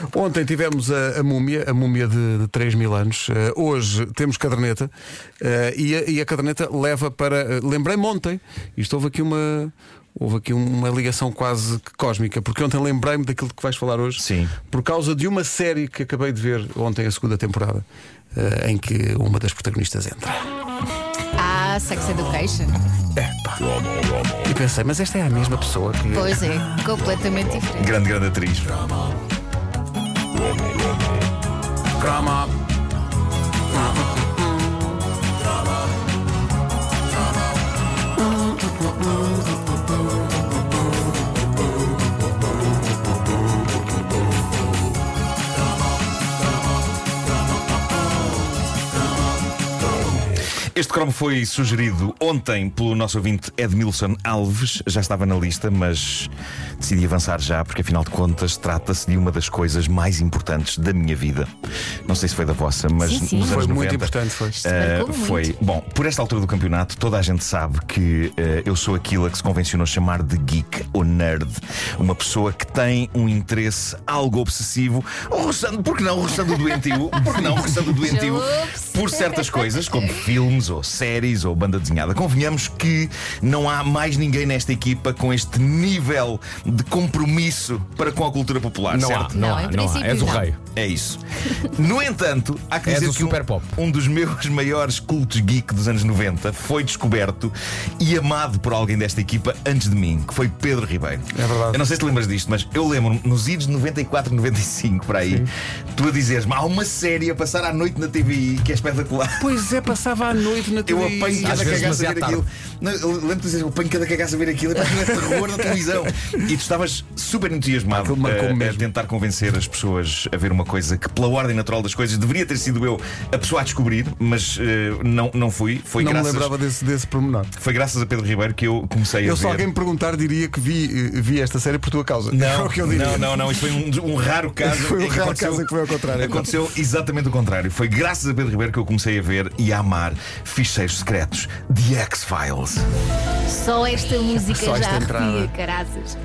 Ontem tivemos a múmia de 3.000 anos. Hoje temos caderneta e a caderneta leva para. Lembrei-me ontem, isto houve aqui uma ligação quase que cósmica, porque ontem lembrei-me daquilo de que vais falar hoje. Sim. Por causa de uma série que acabei de ver ontem, a segunda temporada, em que uma das protagonistas entra. Sex Education. E pensei, mas esta é a mesma pessoa que. Pois é, completamente diferente. Grande atriz. Crama. Este cromo foi sugerido ontem pelo nosso ouvinte Edmilson Alves. Já estava na lista, mas decidi avançar já, porque afinal de contas trata-se de uma das coisas mais importantes da minha vida. Não sei se foi da vossa, mas sim. nos anos Foi 90 muito importante, foi. Bom, por esta altura do campeonato, toda a gente sabe que eu sou aquilo a que se convencionou chamar de geek ou nerd. Uma pessoa que tem um interesse algo obsessivo, ou roçando, porque não roçando doentio, por certas coisas, como filmes ou séries ou banda desenhada. Convenhamos que não há mais ninguém nesta equipa com este nível de compromisso para com a cultura popular, Não certo? há, não há. És o rei. É isso. No entanto, há que dizer És o que super pop. um dos meus maiores cultos geek dos anos 90 foi descoberto e amado por alguém desta equipa antes de mim, que foi Pedro Ribeiro. É verdade. Eu não sei se te lembras disto, mas eu lembro-me nos idos de 94, 95, por aí, tu a dizeres-me, há uma série a passar à noite na TVI que é espetacular. Pois é, passava à noite na TV. Eu apanho cada Às vezes cagaça a ver demasiado aquilo. Não, eu lembro-te de dizer, eu apanho cada cagaça a ver aquilo. É terror na televisão. E tu estavas super entusiasmado Aquilo marcou-me a mesmo. tentar convencer as pessoas a ver uma coisa que, pela ordem natural das coisas, deveria ter sido eu a pessoa a descobrir, mas não fui. Foi Não me graças, lembrava desse pormenor. foi graças a Pedro Ribeiro que eu comecei a Eu, ver. se alguém me perguntar, diria que vi esta série por tua causa. É Não, o que eu diria. não, isto foi um raro caso. Foi um em que raro aconteceu- caso em que foi ao contrário. Aconteceu exatamente o contrário. Foi graças a Pedro Ribeiro que eu comecei a ver e a amar Ficheiros Secretos, The X-Files. Só esta música Só esta já entrada. arrepia, caraças.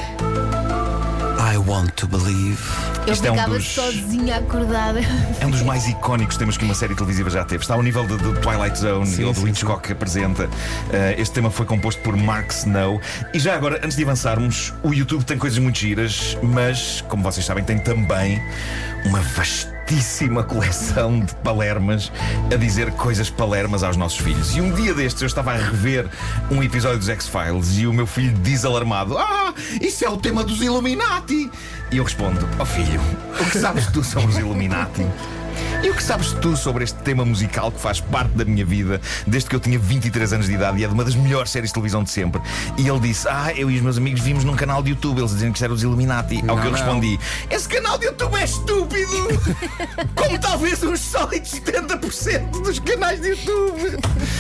I want to believe. Eu Isto é um ficava dos- sozinha acordada. É um dos mais icónicos temas que uma série televisiva já teve. Está ao nível do Twilight Zone ou do sim, Hitchcock que apresenta. Este tema foi composto por Mark Snow. E já agora, antes de avançarmos, o YouTube tem coisas muito giras, mas, como vocês sabem, tem também uma vastíssima coleção de palermas a dizer coisas palermas aos nossos filhos. E um dia destes eu estava a rever um episódio dos X-Files e o meu filho diz alarmado: isso é o tema dos Illuminati! E eu respondo: filho, o que sabes tu sobre os Illuminati? E o que sabes tu sobre este tema musical que faz parte da minha vida desde que eu tinha 23 anos de idade e é de uma das melhores séries de televisão de sempre? E ele disse: eu e os meus amigos vimos num canal de YouTube, eles diziam que isto era os Illuminati. Ao que eu respondi: esse canal de YouTube é estúpido! Como talvez uns sólidos 70% dos canais de YouTube.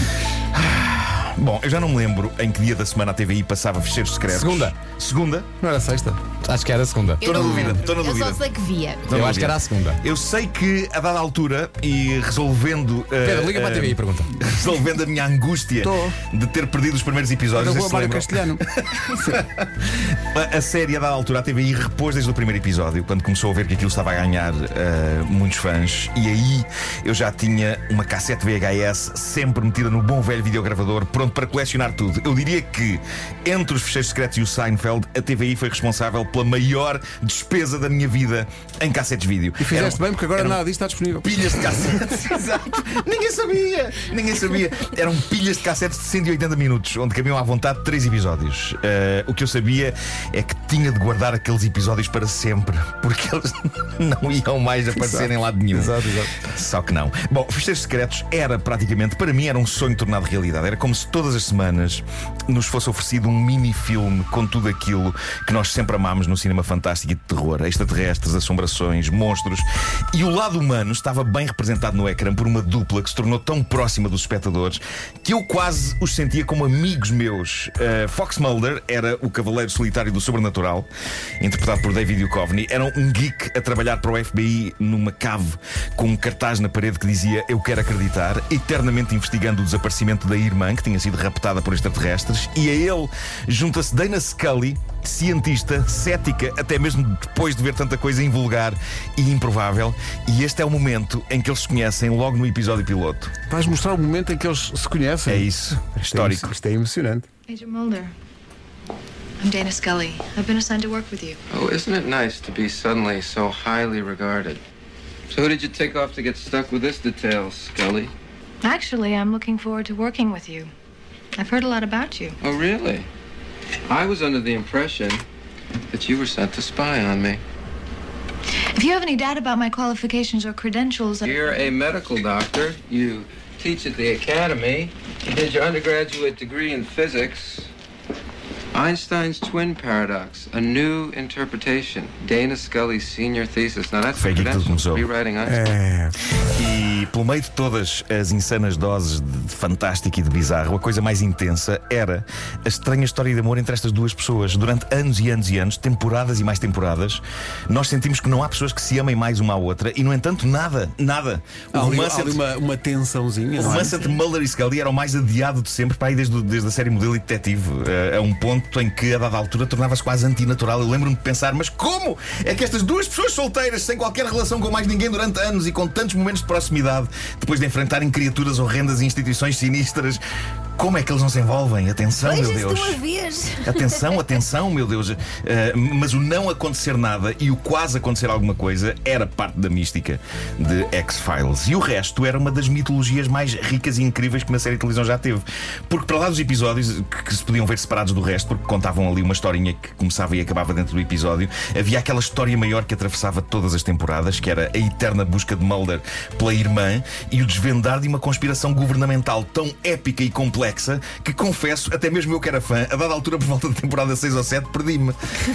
Bom, eu já não me lembro em que dia da semana a TVI passava Ficheiros Secretos. Segunda? Não era sexta? Acho que era a segunda. Estou na dúvida, estou na Eu dúvida. só sei que via. Eu acho que era a segunda. Eu sei que a dada altura e resolvendo Pedro, liga para a TV e pergunta. resolvendo a minha angústia Tô. de ter perdido os primeiros episódios, Da não Rua sei se Mário lembram. Castelhano. A série a dada altura a TVI repôs desde o primeiro episódio, quando começou a ver que aquilo estava a ganhar muitos fãs. E aí eu já tinha uma cassete VHS sempre metida no bom velho videogravador, pronto para colecionar tudo. Eu diria que entre os Ficheiros Secretos e o Seinfeld, a TVI foi responsável pela maior despesa da minha vida em cassetes vídeo. E fizeste bem, porque agora eram nada disto está disponível. pilhas de cassetes. Exato. Ninguém sabia. Eram pilhas de cassetes de 180 minutos, onde cabiam à vontade 3 episódios. O que eu sabia é que tinha de guardar aqueles episódios para sempre, porque eles não iam mais aparecer em lado nenhum. Exato. Só que não. Bom, Ficheiros Secretos era praticamente, para mim, era um sonho tornado realidade. Era como se todas as semanas nos fosse oferecido um mini-filme com tudo aquilo que nós sempre amámos no cinema fantástico e de terror: extraterrestres, assombrações, monstros. E o lado humano estava bem representado no ecrã por uma dupla que se tornou tão próxima dos espectadores que eu quase os sentia como amigos meus. Fox Mulder era o cavaleiro solitário do sobrenatural, interpretado por David Duchovny. Era um geek a trabalhar para o FBI numa cave com um cartaz na parede que dizia "Eu quero acreditar", eternamente investigando o desaparecimento da irmã, que tinha sido raptada por extraterrestres. E a ele junta-se Dana Scully, cientista, cética, até mesmo depois de ver tanta coisa invulgar e improvável. E este é o momento em que eles se conhecem logo no episódio piloto. Vais mostrar o momento em que eles se conhecem. É isso, histórico. Isto é emocionante. Major Mulder. I'm Dana Scully. I've been assigned to work with you. Oh, isn't it nice to be suddenly so highly regarded? So who did you take off to get stuck with this detail, Scully? Actually, I'm looking forward to working with you. I've heard a lot about you. Oh, really? I was under the impression that you were sent to spy on me. If you have any doubt about my qualifications or credentials... You're a medical doctor. You teach at the academy. You did your undergraduate degree in physics. Einstein's twin paradox, a new interpretation. Dana Scully's senior thesis. Now that's Foi aqui que tudo começou. rewriting Einstein. E pelo meio de todas as insanas doses de fantástico e de bizarro, a coisa mais intensa era a estranha história de amor entre estas duas pessoas. Durante anos e anos e anos, temporadas e mais temporadas, nós sentimos que não há pessoas que se amem mais uma à outra e, no entanto, nada. O Há ali romance uma tensãozinha. O romance entre Mulder e Scully era o mais adiado de sempre, para aí desde a série Modelo e Detetive, a um ponto em que, a dada altura, tornava-se quase antinatural. Eu lembro-me de pensar, mas como é que estas duas pessoas solteiras, sem qualquer relação com mais ninguém durante anos e com tantos momentos de proximidade, depois de enfrentarem criaturas horrendas e instituições sinistras, como é que eles não se envolvem? Atenção, meu Deus. Atenção, meu Deus. Mas o não acontecer nada e o quase acontecer alguma coisa era parte da mística de X-Files. E o resto era uma das mitologias mais ricas e incríveis que uma série de televisão já teve. Porque para lá dos episódios que se podiam ver separados do resto, porque contavam ali uma historinha que começava e acabava dentro do episódio, havia aquela história maior que atravessava todas as temporadas, que era a eterna busca de Mulder pela irmã e o desvendar de uma conspiração governamental tão épica e complexa que, confesso, até mesmo eu que era fã, a dada altura, por volta da temporada 6 ou 7, perdi-me.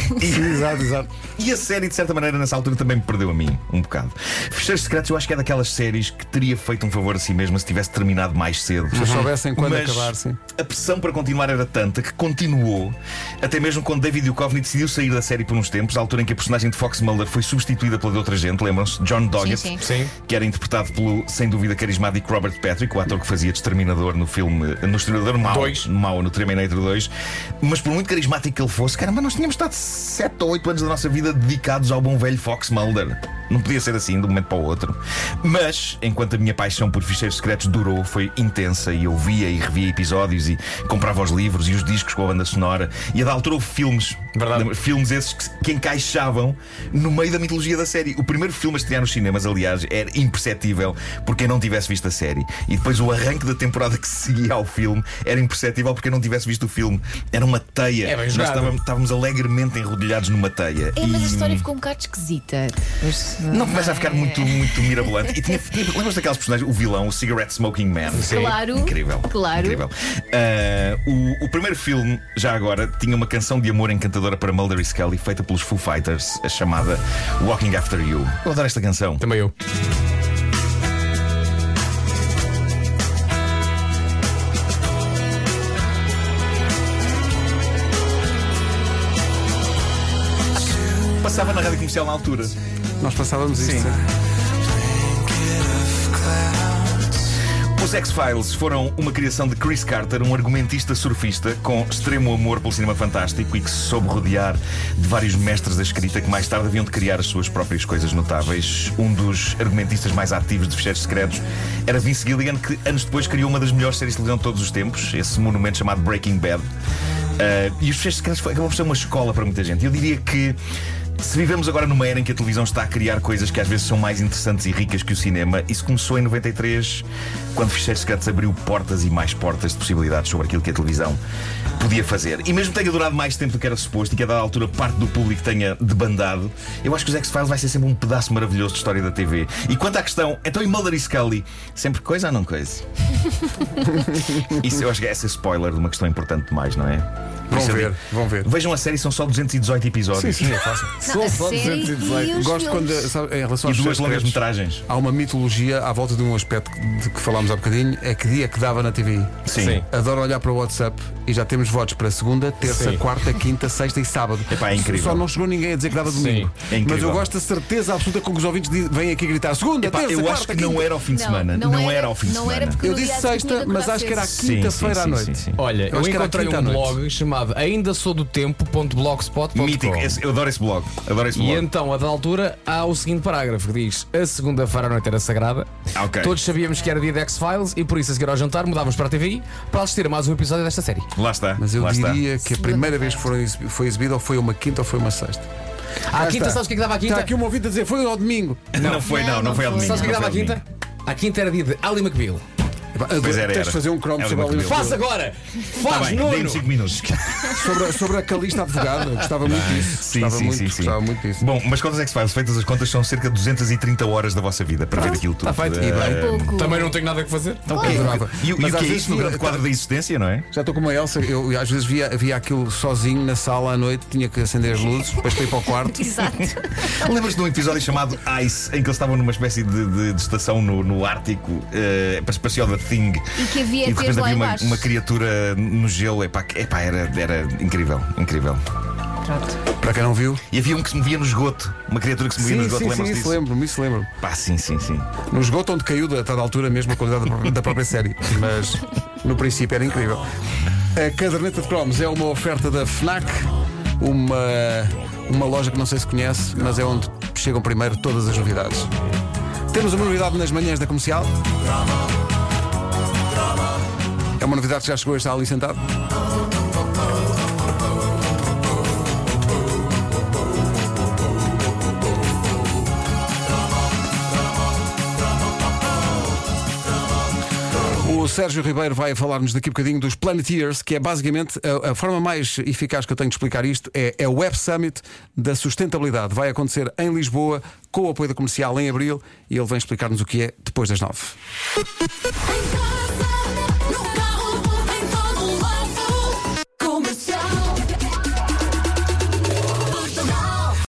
Exato. E a série, de certa maneira, nessa altura também me perdeu a mim, um bocado. Fecheiros Secretos, eu acho que é daquelas séries que teria feito um favor a si mesma se tivesse terminado mais cedo. Se soubessem quando Mas acabar, sim. a pressão para continuar era tanta que continuou, até mesmo quando David Duchovny decidiu sair da série por uns tempos, à altura em que a personagem de Fox Mulder foi substituída pela de outra gente, lembram-se? John Doggett, Sim. que era interpretado pelo, sem dúvida, carismático Robert Patrick, o ator que fazia de Exterminador no filme, no Exterminador mau, no Terminator 2. Mas por muito carismático que ele fosse, caramba, nós tínhamos estado 7 ou 8 anos da nossa vida dedicados ao bom velho Fox Mulder. Não podia ser assim de um momento para o outro. Mas, enquanto a minha paixão por Ficheiros Secretos durou, foi intensa, e eu via e revia episódios e comprava os livros e os discos com a banda sonora, e a da altura houve filmes. Verdade. Filmes esses que encaixavam no meio da mitologia da série. O primeiro filme a estrear nos cinemas, aliás, era imperceptível por quem não tivesse visto a série. E depois o arranque da temporada que seguia ao filme era imperceptível por quem não tivesse visto o filme. Era uma teia. É bem Nós jogado. estávamos alegremente enrodilhados numa teia. Mas a história ficou um bocado esquisita. Não começa a ficar muito mirabolante. E tinha lembras daquelas personagens, o vilão, o Cigarette Smoking Man? Sim. Claro. Incrível. Incrível. O primeiro filme, já agora, tinha uma canção de amor encantadora para Mulder e Scully, feita pelos Foo Fighters, a chamada Walking After You. Eu adoro esta canção. Também eu. Passava na rádio comercial na altura. Nós passávamos isto. Sim. Os X-Files foram uma criação de Chris Carter, um argumentista surfista com extremo amor pelo cinema fantástico e que se soube rodear de vários mestres da escrita que mais tarde haviam de criar as suas próprias coisas notáveis. Um dos argumentistas mais ativos de Ficheiros Secretos era Vince Gilligan, que anos depois criou uma das melhores séries de televisão de todos os tempos, esse monumento chamado Breaking Bad. E os Ficheiros Secretos acabou por ser uma escola para muita gente. Eu diria que se vivemos agora numa era em que a televisão está a criar coisas que às vezes são mais interessantes e ricas que o cinema, isso começou em 93, quando Ficheiros Secretos abriu portas e mais portas de possibilidades sobre aquilo que a televisão podia fazer. E mesmo que tenha durado mais tempo do que era suposto e que a dada altura parte do público tenha debandado, eu acho que os X-Files vai ser sempre um pedaço maravilhoso de história da TV. E quanto à questão, então em Mulder e Scully, sempre coisa ou não coisa? Isso eu acho que é esse spoiler de uma questão importante demais, não é? Vão ver. Vejam a série, são só 218 episódios. Sim, é fácil. Não, a série e os Gosto quando, filmes. sabe, em relação E aos duas Ficheiros longas Secretos, metragens. há uma mitologia à volta de um aspecto de que falámos há bocadinho. É que dia que dava na TVI. Sim. Adoro olhar para o WhatsApp e já temos votos para segunda, terça, Sim. quarta, quinta, sexta e sábado. Epá, é incrível. Só não chegou ninguém a dizer que dava domingo. É incrível. Mas eu gosto da certeza absoluta com que os ouvintes vêm aqui gritar segunda, Epá, terça, eu quarta, acho que quinta. não era ao fim de semana. Não era ao fim de não semana. era porque Eu no dia disse a seguir tinha sexta, que mas acordar acho que era à cedo. quinta-feira à Sim, noite. sim. Olha, Eu eu acho que era encontrei quinta à um noite. blog chamado chamado Ainda Sou do Tempo.blogspot.com. Mítico, eu adoro esse blog. E então, a da altura, há o seguinte parágrafo que diz: a segunda-feira à noite era sagrada. Ok. Todos sabíamos que era dia de X-Files e por isso, a seguir ao jantar, mudávamos para a TVI para assistir a mais um episódio desta série. Lá está. Mas eu lá diria está. que a primeira vez que foi exibido ou foi uma quinta ou foi uma sexta. À quinta, sabes o que é que dava à quinta? Está aqui um ouvinte a dizer, foi ao domingo. Não foi ao domingo. Sabes o que é que não dava à foi ao quinta? À quinta era dia de Ali McBeal. Pois era, Tens era. de fazer um cromo Era sobre a muito Liverpool. Faz agora! Tá Faz, bem, Nuno! dei-me 5 minutos. Sobre a Calista Advogada, eu gostava muito disso. Sim, Gostava sim, muito, sim, sim. gostava muito disso. Bom, mas quantas X-Files? Feitas as contas, são cerca de 230 horas da vossa vida para ver aquilo tudo. Está feito. E bem. Pouco. Também não tenho nada a fazer. Adorava. E o Mas que às é vezes isto no via- grande quadro da existência, não é? Já estou como a Elsa, eu às vezes via aquilo sozinho na sala à noite, tinha que acender as luzes, depois para ir para o quarto. Exato. Lembras-te de um episódio chamado Ice, em que eles estavam numa espécie de estação no Ártico, parecia The Thing. E que havia E de repente ETs lá havia embaixo. uma criatura no gelo. Era incrível, incrível. Pronto. Para quem não viu. E havia um que se movia no esgoto, uma criatura que se movia no Sim, esgoto, sim, lembras-te isso disso? lembro-me, isso lembro-me. Pá, sim. No esgoto onde caiu a tal altura mesmo a qualidade da própria série. Mas no princípio era incrível. A caderneta de cromos é uma oferta da FNAC, uma loja que não sei se conhece, mas é onde chegam primeiro todas as novidades. Temos uma novidade nas manhãs da Comercial. É uma novidade que já chegou e está ali sentado. O Sérgio Ribeiro vai falar-nos daqui a bocadinho dos Planeteers, que é basicamente a forma mais eficaz que eu tenho de explicar isto é o Web Summit da sustentabilidade. Vai acontecer em Lisboa, com o apoio da Comercial em abril, e ele vem explicar-nos o que é depois das 9.